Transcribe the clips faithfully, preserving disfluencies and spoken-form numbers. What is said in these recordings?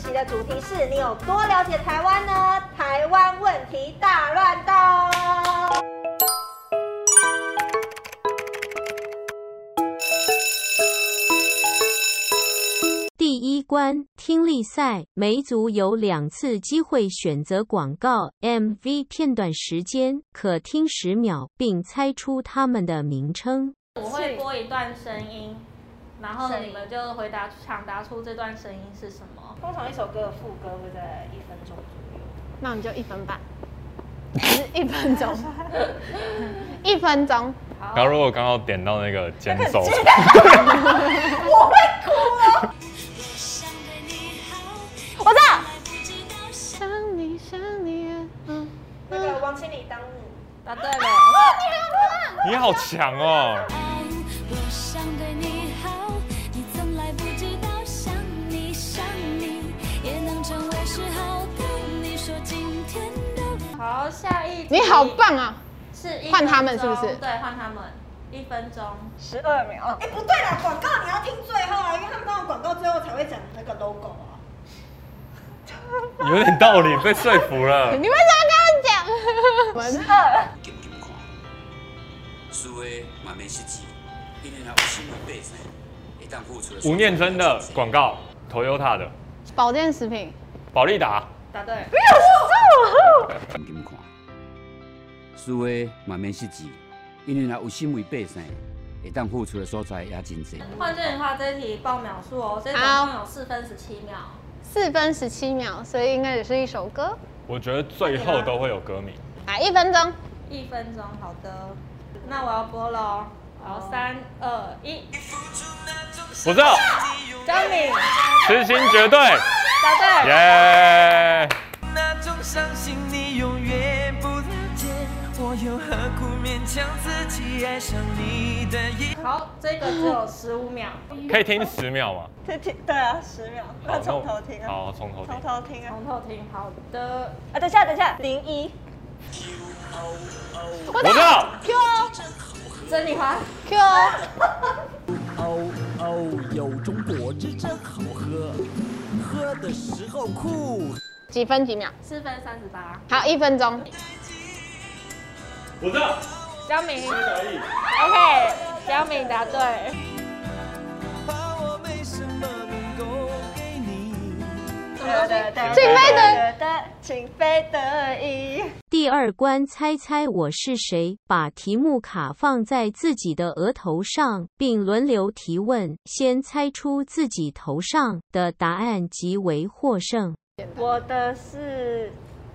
集的主题是你有多了解台湾呢？台湾问题大乱斗。 第一关听力赛，每组有两次机会选择广告 M V 片段，时间可听十秒，并猜出它们的名称。 我会播一段声音，然后你们就回答抢答出这段声音是什么。 通常一首歌的副歌会在一分钟左右， 那你就一分半，还是一分钟？一分钟。 然后如果刚好点到那个间奏， 我会哭了。 我知道。想你想你，嗯， 那个王心凌当你。 答对了。 你好强哦！ 我想对你好，你从来不知道，想你想你也能成为嗜好的。你说今天的好，下一题。 你好棒啊！ 是一换他们是不是？ 对，换他们。一分钟十二秒。哎，不对啦，广告你要听最后啊，因为他们通常广告最后才会讲那个 logo 啊。 有点道理，被说服了。 你为什么跟我讲？ 十二。 减减看，输的嘛免失志，因为若有心为百姓，会当付出的。 吴念真的广告 ，Toyota 的。 保健食品。 保利达。 答对。 减减看，输的嘛免失志，因为若有心为百姓，会当付出的所在也真侪。 换句话，这一题报秒数哦，这总共有四分十七秒。 四分十七秒，所以应该也是一首歌。 我觉得最后都会有歌名。 来，一分钟。 一分钟，好的。那我要播了哦。好，三二一。 我知道。 张敏。 痴心绝对。 答对。 耶。 那种伤心你永远不了解，我又何苦勉强自己爱上你的一。 好，这个只有十五秒。 可以听十秒吗？ 听听，对啊，十秒。那从头听啊。 好，从头听。 从头听啊。 从头听，好的。 啊，等一下，等一下，零一。 我知道。 Q O。 珍妮花。 Q O。 哦哦，有种果汁真好喝，喝的时候酷。 几分几秒？ 四分三十八。 好，一分钟。 我知道。 江明。 可以。 OK， 江明答对。 请飞得，请飞得意。 第二关猜猜我是谁，把题目卡放在自己的额头上，并轮流提问，先猜出自己头上的答案即为获胜。 我的是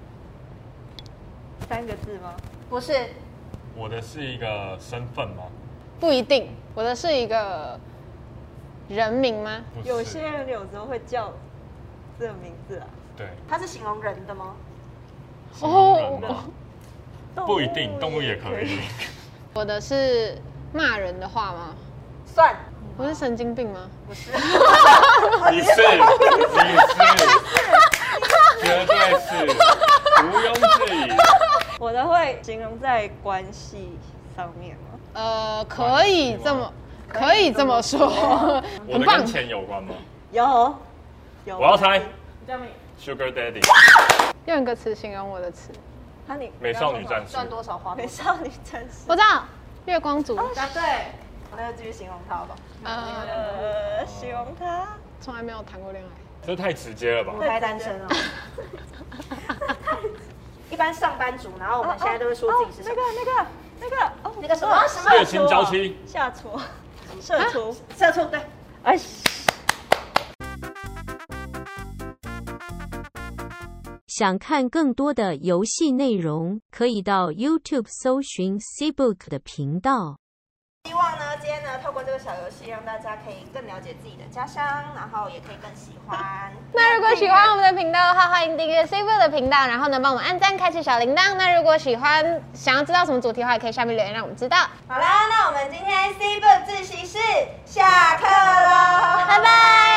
三个字吗？不是。 我的是一个身份吗？ 不一定，我的是一个人名吗？ 有些人有时候会叫这个名字啊。 对。 它是形容人的吗？ 形容人吗？不一定，动物也可以。 我的是骂人的话吗？ 算。 我是神经病吗？ 不是。 你是，你是，绝对是，毋庸置疑。 我的会形容在关系上面吗？ 呃，可以这么，可以这么说。 我的跟钱有关吗？ 有，有。 我要猜。 江敏。 Sugar Daddy。 用一个词形容我的词。 那你美少女战士赚多少花？美少女战士。 我知道，月光族。 答对。 那就继续形容他吧。 呃， 形容他。 从来没有谈过恋爱。 这太直接了吧？ 母胎单身哦。一般上班族，然后我们现在都会说自己是什么？那个、那个、那个、哦，那个什么？ 月薪娇妻。 下厨。社畜。社畜对。哎。 想看更多的游戏内容，可以到 YouTube 搜寻 C-Book 的频道。 希望呢，今天呢，透过这个小游戏，让大家可以更了解自己的家乡，然后也可以更喜欢。 那如果喜欢我们的频道的话，欢迎订阅 C-Book 的频道，然后呢，帮我们按赞、开启小铃铛。那如果喜欢，想要知道什么主题的话，也可以下面留言让我们知道。 好啦，那我们今天 C-Book 自习室下课喽， 拜拜。